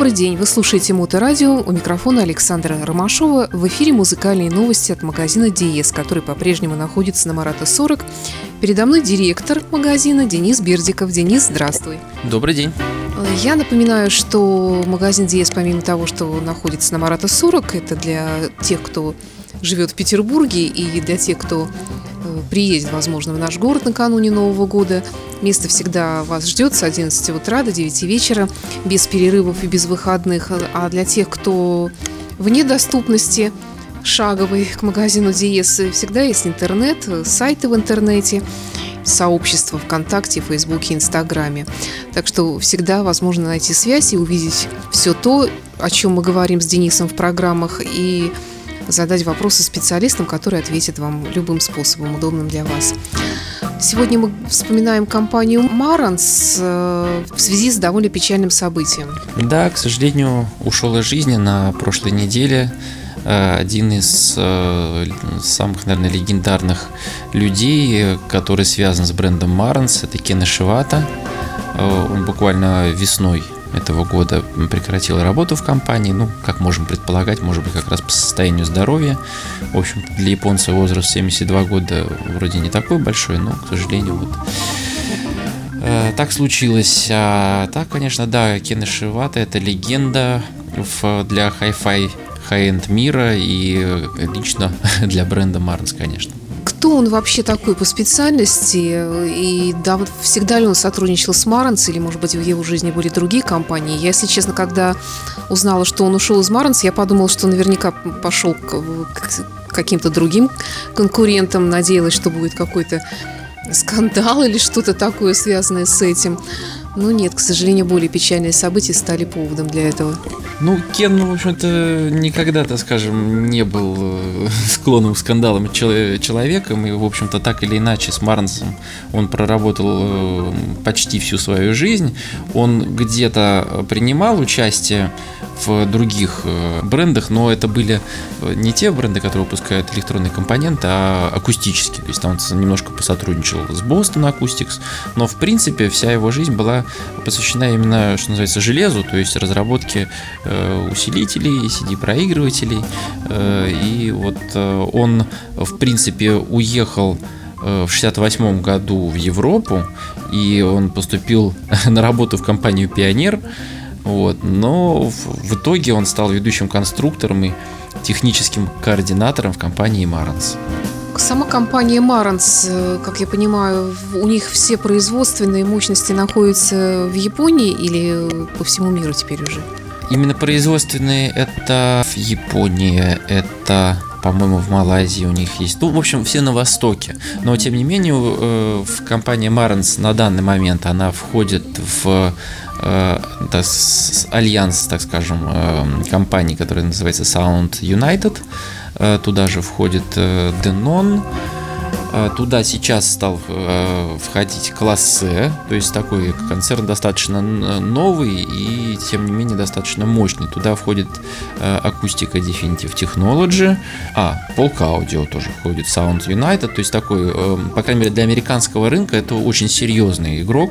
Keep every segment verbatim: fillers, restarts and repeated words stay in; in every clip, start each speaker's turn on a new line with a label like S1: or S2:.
S1: Добрый день, вы слушаете Моторадио, у микрофона Александра Ромашова. В эфире музыкальные новости от магазина Диез, который по-прежнему находится на Марата сорок. Передо мной директор магазина Денис Бердиков. Денис, здравствуй.
S2: Добрый день.
S1: Я напоминаю, что магазин Диез, помимо того, что находится на Марата сорок, это для тех, кто живет в Петербурге, и для тех, кто приедет, возможно, в наш город накануне Нового года. Место всегда вас ждет с одиннадцати утра до девяти вечера, без перерывов и без выходных. А для тех, кто вне доступности шаговой к магазину Диез, всегда есть интернет, сайты в интернете, сообщества ВКонтакте, Фейсбуке, Инстаграме. Так что всегда возможно найти связь и увидеть все то, о чем мы говорим с Денисом в программах, и задать вопросы специалистам, которые ответят вам любым способом, удобным для вас. Сегодня мы вспоминаем компанию Marantz в связи с довольно печальным событием.
S2: Да, к сожалению, ушел из жизни на прошлой неделе один из самых, наверное, легендарных людей, который связан с брендом Marantz. Это Кен Ишивата. Он буквально весной этого года прекратил работу в компании. Ну, как можем предполагать, может быть, как раз по состоянию здоровья. В общем, для японца возраст семьдесят два года вроде не такой большой, но, к сожалению, вот э, так случилось. А так, конечно, да, Кен Ишивата — это легенда в, для хай-фай, хай-энд мира и лично для бренда Marantz, конечно.
S1: Кто он вообще такой по специальности, и да, всегда ли он сотрудничал с Marantz, или, может быть, в его жизни были другие компании? Я, если честно, когда узнала, что он ушел из Marantz, я подумала, что наверняка пошел к, к каким-то другим конкурентам, надеялась, что будет какой-то скандал или что-то такое, связанное с этим. Но нет, к сожалению, более печальные события стали поводом для этого.
S2: Ну, Кен, ну, в общем-то, никогда, так скажем, не был склонным к скандалам человеком, и, в общем-то, так или иначе с Marantz он проработал почти всю свою жизнь. Он где-то принимал участие в других брендах, но это были не те бренды, которые выпускают электронные компоненты, а акустические. То есть там он немножко посотрудничал с Boston Acoustics, но, в принципе, вся его жизнь была посвящена именно, что называется, железу, то есть разработке э, усилителей, си ди-проигрывателей. Э, и вот э, он, в принципе, уехал э, в шестьдесят восьмом году в Европу, и он поступил на работу в компанию Pioneer. Вот, но в, в итоге он стал ведущим конструктором и техническим координатором в компании Marantz.
S1: Сама компания Marantz, как я понимаю, у них все производственные мощности находятся в Японии или по всему миру теперь уже?
S2: Именно производственные это в Японии, это, по-моему, в Малайзии у них есть. Ну, в общем, все на Востоке. Но, тем не менее, в компании Marantz на данный момент она входит в да, альянс, так скажем, компаний, который называется Sound United. Туда же входит Denon. Туда сейчас стал входить класс С, то есть такой концерн достаточно новый и, тем не менее, достаточно мощный. Туда входит акустика Definitive Technology, а, Polk Audio тоже входит, Sound United, то есть такой, по крайней мере, для американского рынка это очень серьезный игрок.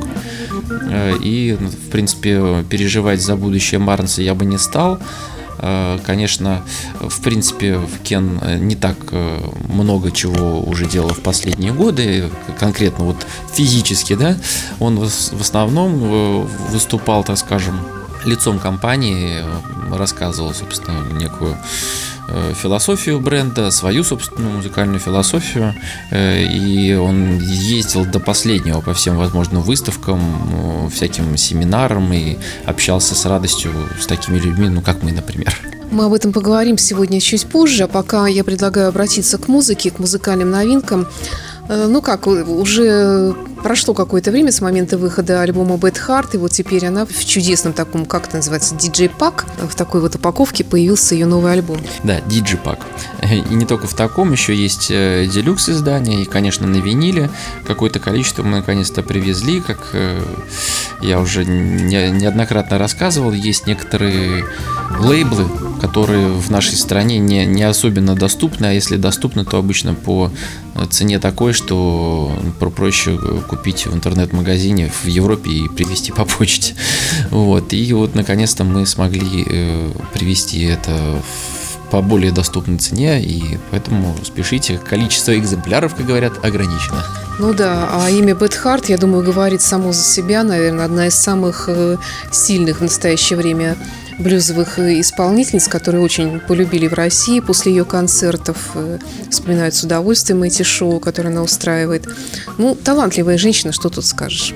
S2: И, в принципе, переживать за будущее Marantz я бы не стал. Конечно, в принципе, Кен не так много чего уже делал в последние годы, конкретно вот физически, да, он в основном выступал, так скажем, лицом компании, рассказывал, собственно, некую философию бренда, свою собственную музыкальную философию, и он ездил до последнего по всем возможным выставкам, всяким семинарам и общался с радостью с такими людьми, ну как мы, например.
S1: Мы об этом поговорим сегодня чуть позже, а пока я предлагаю обратиться к музыке, к музыкальным новинкам. Ну как, уже прошло какое-то время с момента выхода альбома Bad Heart, и вот теперь она в чудесном таком, как это называется, диджей-пак, в такой вот упаковке появился ее новый альбом.
S2: Да, диджей-пак. И не только в таком, еще есть делюкс издания, и, конечно, на виниле какое-то количество мы наконец-то привезли, как я уже неоднократно рассказывал, есть некоторые лейблы, которые в нашей стране не, не особенно доступны, а если доступны, то обычно по цене такой, что проще купить в интернет-магазине в Европе и привезти по почте. Вот. И вот наконец-то мы смогли привезти это по более доступной цене, и поэтому спешите, количество экземпляров, как говорят, ограничено.
S1: Ну да, а имя Бет Харт, я думаю, говорит само за себя, наверное, одна из самых сильных в настоящее время блюзовых исполнительниц, которые очень полюбили в России после ее концертов, вспоминают с удовольствием эти шоу, которые она устраивает. Ну, талантливая женщина, что тут скажешь.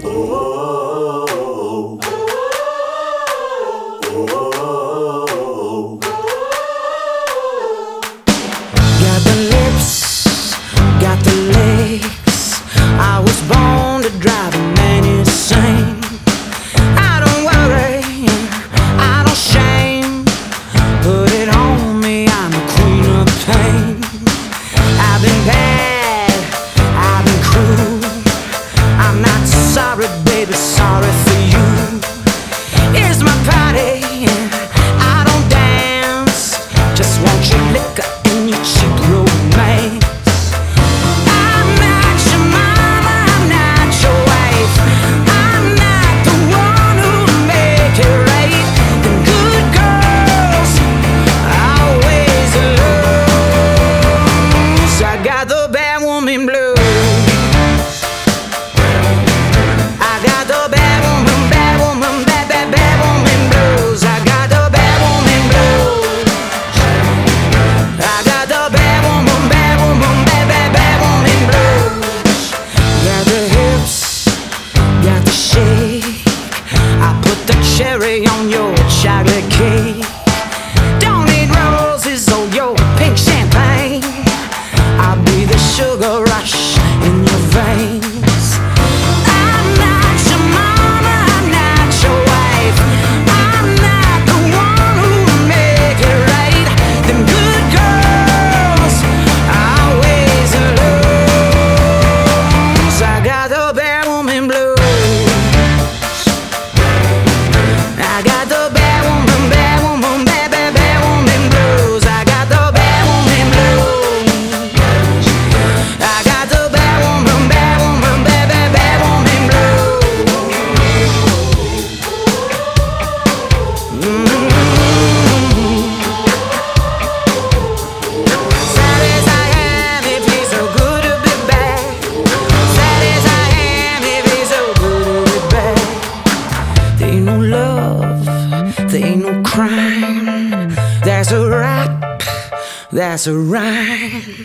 S3: That's a rhyme.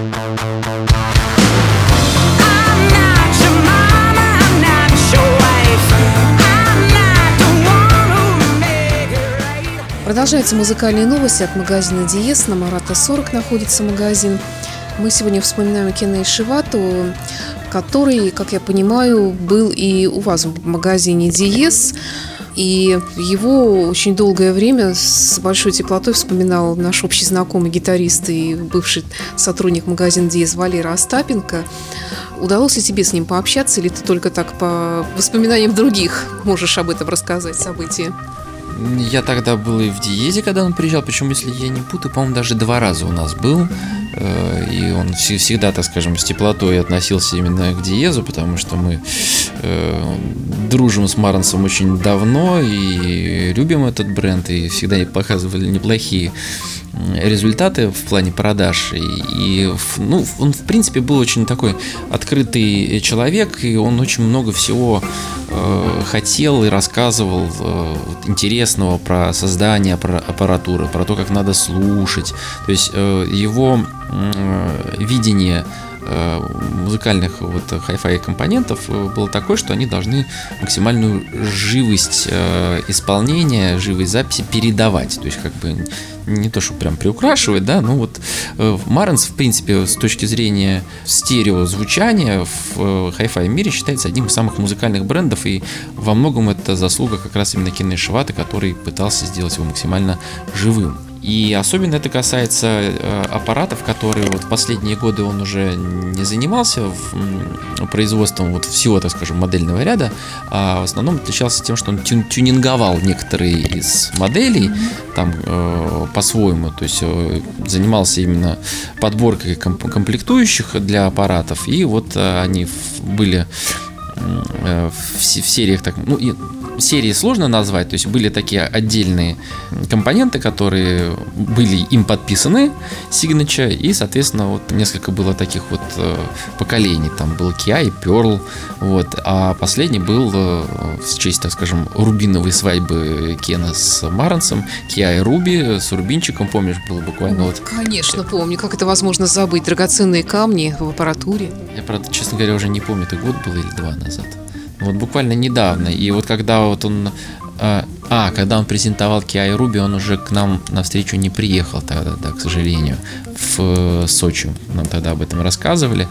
S1: Продолжаются музыкальные новости от магазина Диез. На Марата сорок находится магазин. Мы сегодня вспоминаем Кена Ишивату, который, как я понимаю, был и у вас в магазине Диез. И его очень долгое время с большой теплотой вспоминал наш общий знакомый гитарист и бывший сотрудник магазина Диез Валера Остапенко. Удалось ли тебе с ним пообщаться, или ты только так по воспоминаниям других можешь об этом рассказать, события?
S2: Я тогда был и в Диезе, когда он приезжал, причем, если я не путаю, по-моему, даже два раза у нас был, и он всегда, так скажем, с теплотой относился именно к Диезу, потому что мы дружим с Маранцем очень давно и любим этот бренд, и всегда показывали неплохие результаты в плане продаж. И, и ну, он, в принципе, был очень такой открытый человек, и он очень много всего э, хотел и рассказывал э, интересного про создание аппаратуры, про то, как надо слушать. То есть э, его э, видение музыкальных вот хай-фай компонентов было такое, что они должны максимальную живость э, исполнения, живость записи передавать. То есть как бы не то, что прям приукрашивать, да, но вот э, Маранц, в принципе, с точки зрения стереозвучания в э, хай-фай мире считается одним из самых музыкальных брендов, и во многом это заслуга как раз именно Кена Ишиваты, который пытался сделать его максимально живым. И особенно это касается э, аппаратов, которые вот в последние годы он уже не занимался в, м, производством вот всего, так скажем, модельного ряда, а в основном отличался тем, что он тю- тюнинговал некоторые из моделей там э, по-своему, то есть э, занимался именно подборкой комп- комплектующих для аппаратов, и вот э, они в- были э, в, в сериях так, ну и серии сложно назвать, то есть были такие отдельные компоненты, которые были им подписаны, signature, и, соответственно, вот несколько было таких вот э, поколений, там был Kia и Pearl, вот, а последний был э, в честь, так скажем, рубиновой свадьбы Кена с Марансом, Kia и Руби с рубинчиком, помнишь, было буквально вот...
S1: Конечно, помню, как это возможно забыть, драгоценные камни в аппаратуре.
S2: Я, правда, честно говоря, уже не помню, это год был или два назад. Вот буквально недавно. И вот когда вот он... А, а когда он презентовал Kia и Ruby, он уже к нам навстречу не приехал тогда, да, к сожалению, в Сочи. Нам тогда об этом рассказывали.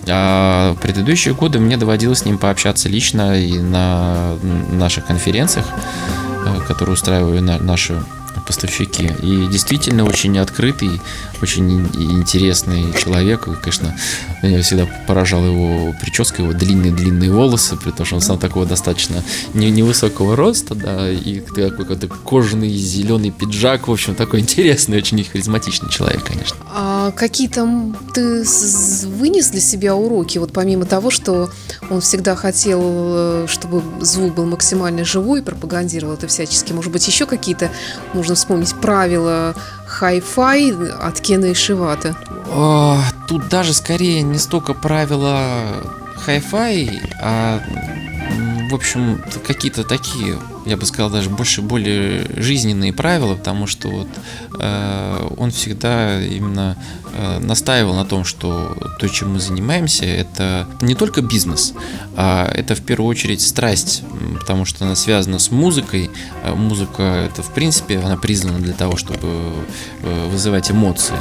S2: А в предыдущие годы мне доводилось с ним пообщаться лично и на наших конференциях, которые устраивают наши поставщики. И действительно очень открытый, очень интересный человек. И, конечно, меня всегда поражала его прическа, его длинные-длинные волосы, при том, что он сам такого достаточно невысокого роста, да, и такой какой-то кожаный зеленый пиджак, в общем, такой интересный, очень харизматичный человек, конечно.
S1: А какие-то ты вынес для себя уроки, вот помимо того, что он всегда хотел, чтобы звук был максимально живой, пропагандировал это всячески, может быть, еще какие-то, можно вспомнить, правила хай-фай от Кена и Шивата?
S2: О, тут даже скорее не столько правила хай-фай, а, в общем, какие-то такие, я бы сказал, даже больше более жизненные правила, потому что вот э, он всегда именно э, настаивал на том, что то, чем мы занимаемся, это не только бизнес, а это в первую очередь страсть, потому что она связана с музыкой. Музыка, это в принципе, она признана для того, чтобы вызывать эмоции.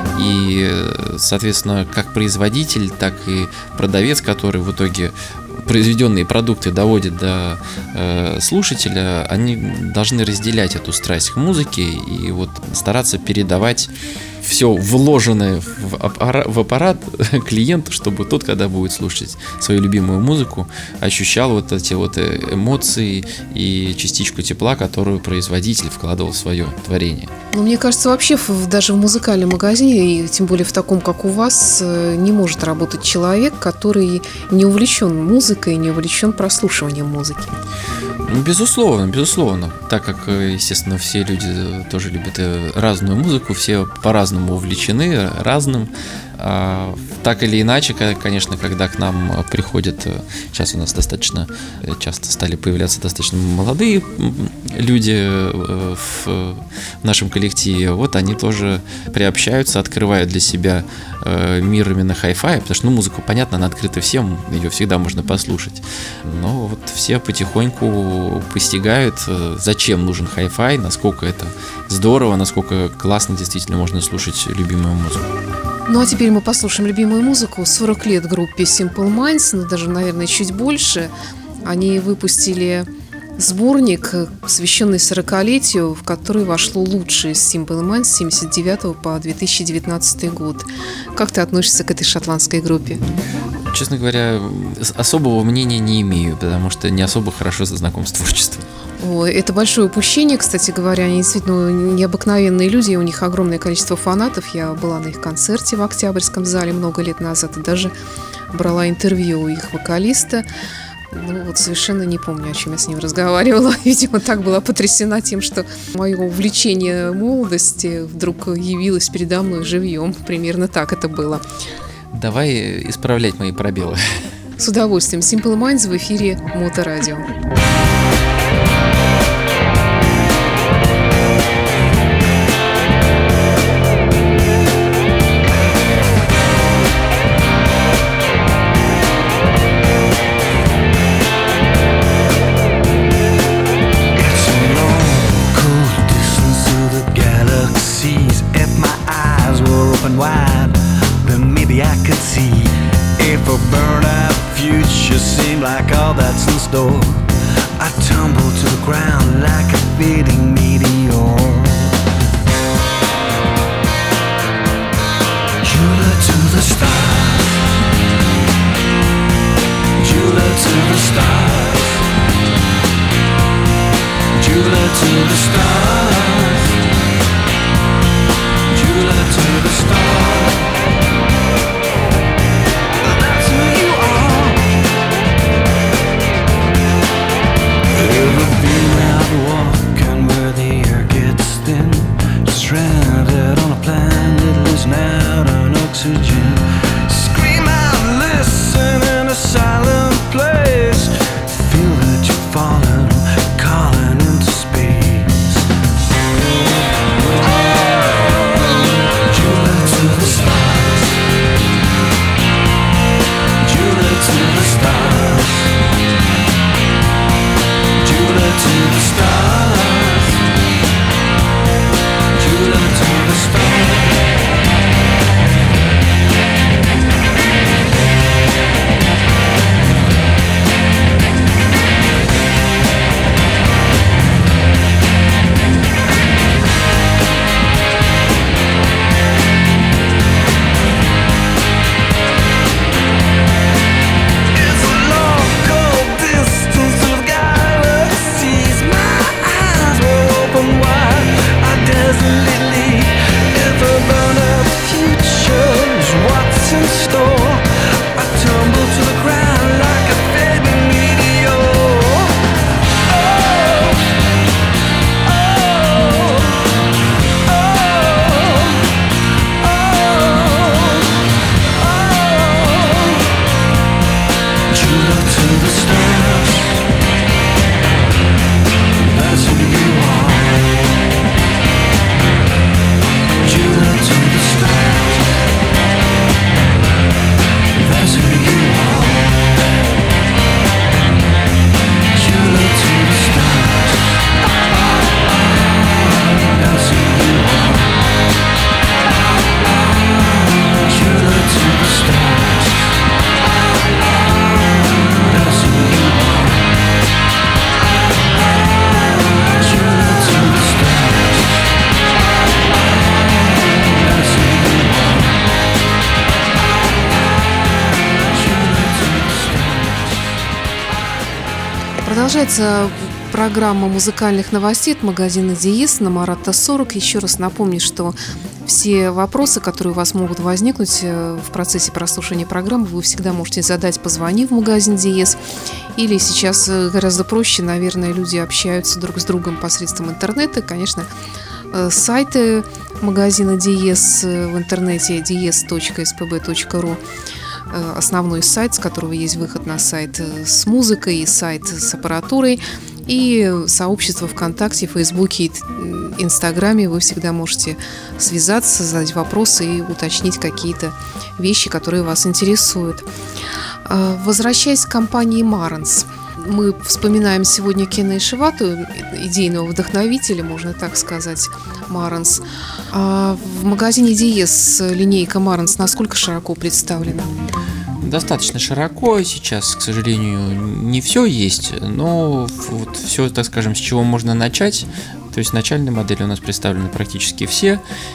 S2: И, соответственно, как производитель, так и продавец, который в итоге произведенные продукты доводят до э, слушателя, они должны разделять эту страсть к музыке и вот стараться передавать все вложенное в аппарат, в аппарат клиенту, чтобы тот, когда будет слушать свою любимую музыку, ощущал вот эти вот эмоции и частичку тепла, которую производитель вкладывал в свое творение.
S1: Ну, мне кажется, вообще в, даже в музыкальном магазине, и тем более в таком, как у вас, не может работать человек, который не увлечен музыкой, не увлечен прослушиванием музыки.
S2: Безусловно, безусловно. Так как, естественно, все люди тоже любят разную музыку, все по-разному увлечены разным. А, так или иначе, конечно, когда к нам приходят, сейчас у нас достаточно часто стали появляться достаточно молодые люди в нашем коллективе, вот они тоже приобщаются, открывают для себя мир именно хай-фай, потому что, ну, музыку, понятно, она открыта всем, ее всегда можно послушать. Но вот все потихоньку постигают, зачем нужен хай-фай, насколько это здорово, насколько классно действительно можно слушать любимую музыку.
S1: Ну а теперь мы послушаем любимую музыку. сорок лет группе Simple Minds, ну даже, наверное, чуть больше. Они выпустили сборник, посвященный сорокалетию, в который вошло лучшее из Simple Minds с семьдесят девятого по две тысячи девятнадцатый год. Как ты относишься к этой шотландской группе?
S2: Честно говоря, особого мнения не имею, потому что не особо хорошо знаком с творчеством.
S1: Ой, это большое упущение, кстати говоря. Они действительно необыкновенные люди, у них огромное количество фанатов. Я была на их концерте в Октябрьском зале много лет назад и даже брала интервью у их вокалиста. Ну вот совершенно не помню, о чем я с ним разговаривала. Видимо, так была потрясена тем, что мое увлечение молодости вдруг явилось передо мной живьем. Примерно так это было.
S2: Давай исправлять мои пробелы.
S1: С удовольствием. Simple Minds в эфире Моторадио.
S3: Wide, then maybe I could see if a burnout future seemed like all that's in store. I tumble to the ground like a fading meteor. the stars. Jula to the stars. Jula to the stars. Jula to the stars. That's who you are. Ever been out walking where the air gets thin? Stranded on a planet losing out on oxygen. Scream out, listen in a silent place. Feel that you're falling, calling into space. Jula to the stars. Jula to the stars. Jula to the stars. Jula to the stars. It's a long, cold distance of galaxies. My eyes will open wide. I desolately ever burn up futures. What's in store? I tumble to the ground like a fading meteor. Oh, oh, oh, oh, oh. Jula to the stars. That's who you are. Jula to the stars. That's who you are. Jula to the stars. That's who you are. Jula to the stars. That's who you are. Jula to the stars. That's who you are. Jula to the stars.
S1: Продолжается программа музыкальных новостей от магазина Диез на Марата сорок. Еще раз напомню, что все вопросы, которые у вас могут возникнуть э, в процессе прослушивания программы, вы всегда можете задать, позвонив в магазин Диез. Или сейчас э, гораздо проще, наверное, люди общаются друг с другом посредством интернета. Конечно, э, сайты магазина Диез э, в интернете диез точка эс пэ бэ точка ру. Основной сайт, с которого есть выход на сайт с музыкой, и сайт с аппаратурой, и сообщество ВКонтакте, Фейсбуке и Инстаграме. Вы всегда можете связаться, задать вопросы и уточнить какие-то вещи, которые вас интересуют. Возвращаясь к компании Marantz, мы вспоминаем сегодня Кена Ишивату, идейного вдохновителя, можно так сказать, Marantz. А в магазине Диез линейка Marantz насколько широко представлена?
S2: Достаточно широко. Сейчас, к сожалению, не все есть, но вот все, так скажем, с чего можно начать. То есть начальные модели у нас представлены практически все.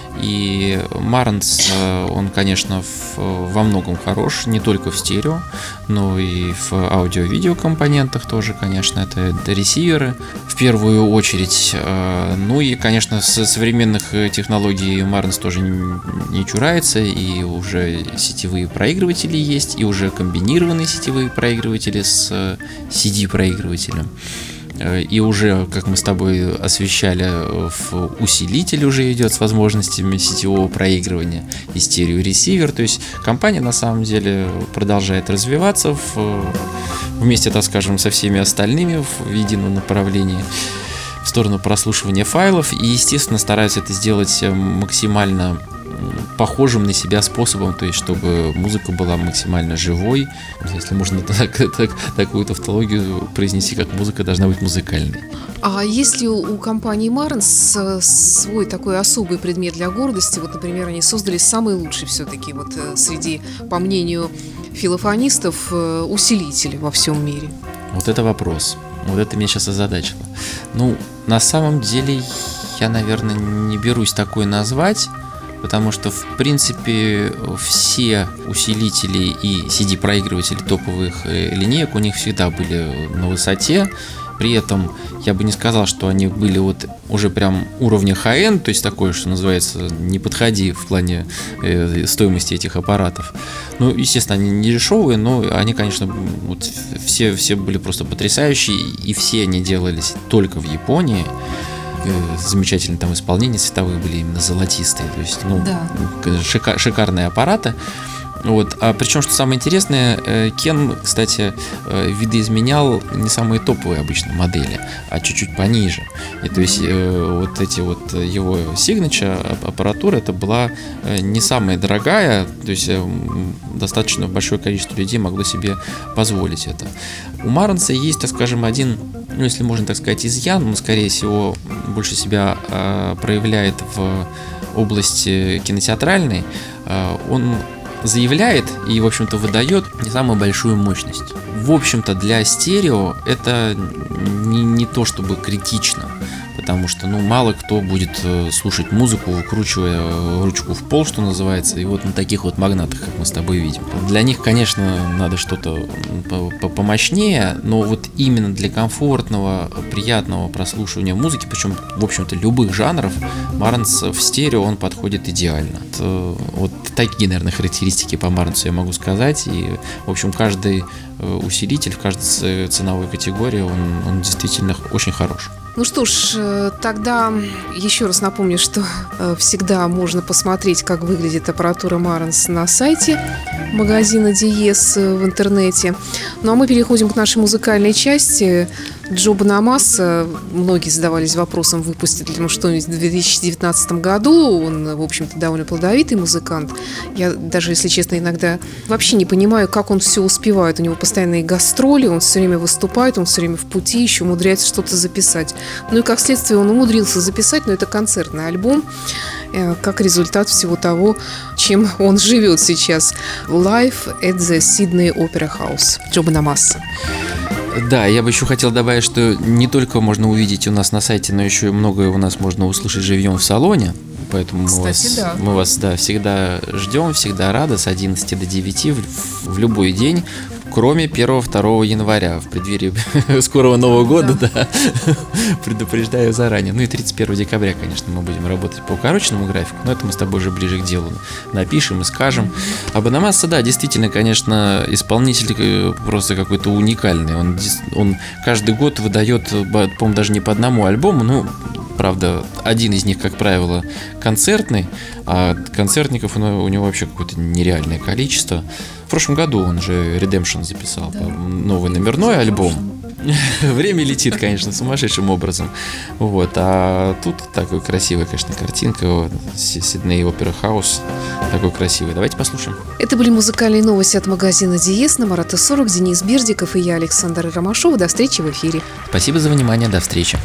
S2: И Marantz, он, конечно, в, во многом хорош, не только в стерео, но и в аудио-видео компонентах тоже, конечно, это, это ресиверы в первую очередь. Ну и, конечно, с современных технологий Marantz тоже не чурается, и уже сетевые проигрыватели есть, и уже комбинированные сетевые проигрыватели с си ди-проигрывателем. И уже, как мы с тобой освещали, в усилитель уже идет с возможностями сетевого проигрывания и стереоресивер. То есть компания на самом деле продолжает развиваться в, вместе, так скажем, со всеми остальными в едином направлении в сторону прослушивания файлов. И, естественно, стараются это сделать максимально похожим на себя способом, то есть чтобы музыка была максимально живой, если можно так, так, такую тавтологию произнести, как музыка должна быть музыкальной.
S1: А есть ли у компании Marantz свой такой особый предмет для гордости? Вот, например, они создали самый лучший все-таки вот среди, по мнению филофонистов, усилители во всем мире.
S2: Вот это вопрос. Вот это меня сейчас озадачило. Ну, на самом деле, я, наверное, не берусь такое назвать, потому что, в принципе, все усилители и си ди-проигрыватели топовых линеек у них всегда были на высоте. При этом я бы не сказал, что они были вот уже прям уровня хай-энд, то есть такое, что называется, не подходи в плане э, стоимости этих аппаратов. Ну, естественно, они не дешевые, но они, конечно, вот все, все были просто потрясающие, и все они делались только в Японии. Замечательные там исполнения цветовые были, именно золотистые, то есть, ну,
S1: да.
S2: шика- шикарные аппараты. Вот. А причем, что самое интересное, Кен, кстати, видоизменял не самые топовые обычно модели, а чуть-чуть пониже. И то есть вот эти вот его signature аппаратура, это была не самая дорогая, то есть достаточно большое количество людей могло себе позволить это. У Марантса есть, так скажем, один, ну, если можно так сказать, изъян, он, скорее всего, больше себя проявляет в области кинотеатральной. Он заявляет и, в общем-то, выдает не самую большую мощность. В общем-то, для стерео это не, не то чтобы критично, потому что, ну, мало кто будет слушать музыку, выкручивая ручку в пол, что называется, и вот на таких вот магнатах, как мы с тобой видим. Для них, конечно, надо что-то помощнее, но вот именно для комфортного, приятного прослушивания музыки, причем, в общем-то, любых жанров, Марантс в стерео, он подходит идеально. Вот такие, наверное, характеристики по Марантсу я могу сказать, и, в общем, каждый усилитель в каждой ценовой категории, он, он действительно очень хорош.
S1: Ну что ж, тогда еще раз напомню, что всегда можно посмотреть, как выглядит аппаратура Marantz на сайте магазина Диез в интернете. Ну а мы переходим к нашей музыкальной части. Джо Бонамасса, многие задавались вопросом, выпустит ли он что-нибудь в две тысячи девятнадцатом году. Он, в общем-то, довольно плодовитый музыкант. Я даже, если честно, иногда вообще не понимаю, как он все успевает. У него постоянные гастроли, он все время выступает, он все время в пути, еще умудряется что-то записать. Ну и как следствие он умудрился записать, но это концертный альбом, как результат всего того, чем он живет сейчас. Live at the Sydney Opera House. Джо Бонамасса.
S2: Да, я бы еще хотел добавить, что не только можно увидеть у нас на сайте, но еще и многое у нас можно услышать живьем в салоне. Поэтому мы,
S1: Кстати,
S2: вас,
S1: да.
S2: мы вас да, всегда ждем, всегда рады с одиннадцати до девяти в, в любой день, кроме первого-второго января, в преддверии скорого Нового года, да. Да, предупреждаю заранее. Ну и тридцать первого декабря, конечно, мы будем работать по укороченному графику, но это мы с тобой уже ближе к делу напишем и скажем. А Бонамасса, да, действительно, конечно, исполнитель просто какой-то уникальный. Он, он каждый год выдает, по-моему, даже не по одному альбому, ну, правда, один из них, как правило, концертный, а концертников у него вообще какое-то нереальное количество. В прошлом году он же Redemption записал, да, новый номерной альбом. Время летит, конечно, сумасшедшим образом. Вот. А тут такой красивая, конечно, картинка. Сидней Опера Хаус. Такой красивый. Давайте послушаем.
S1: Это были музыкальные новости от магазина Диез на Марата сорок. Денис Бердиков и я, Александра Ромашова. До встречи в эфире.
S2: Спасибо за внимание. До встречи.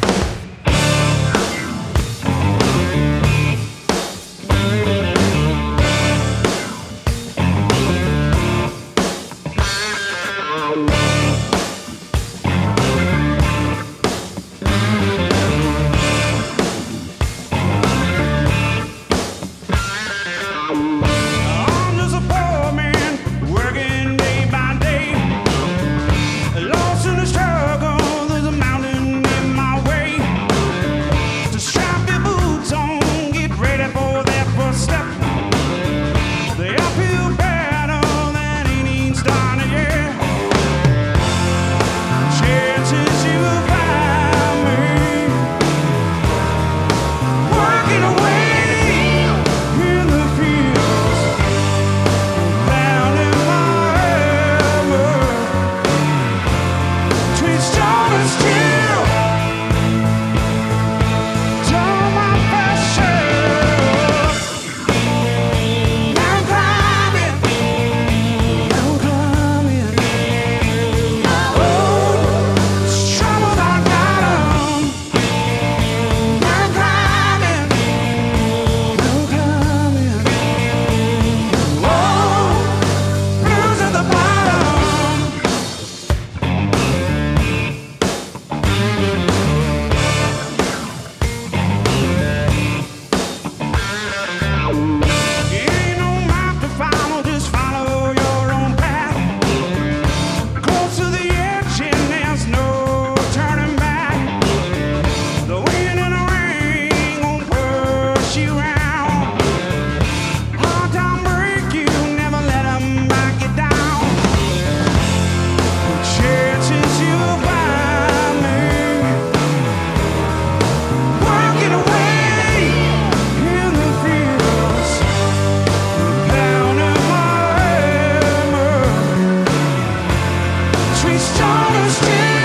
S3: I'm just a poor man working day by day, lost in the struggle. There's a mountain in my way. each other's skin.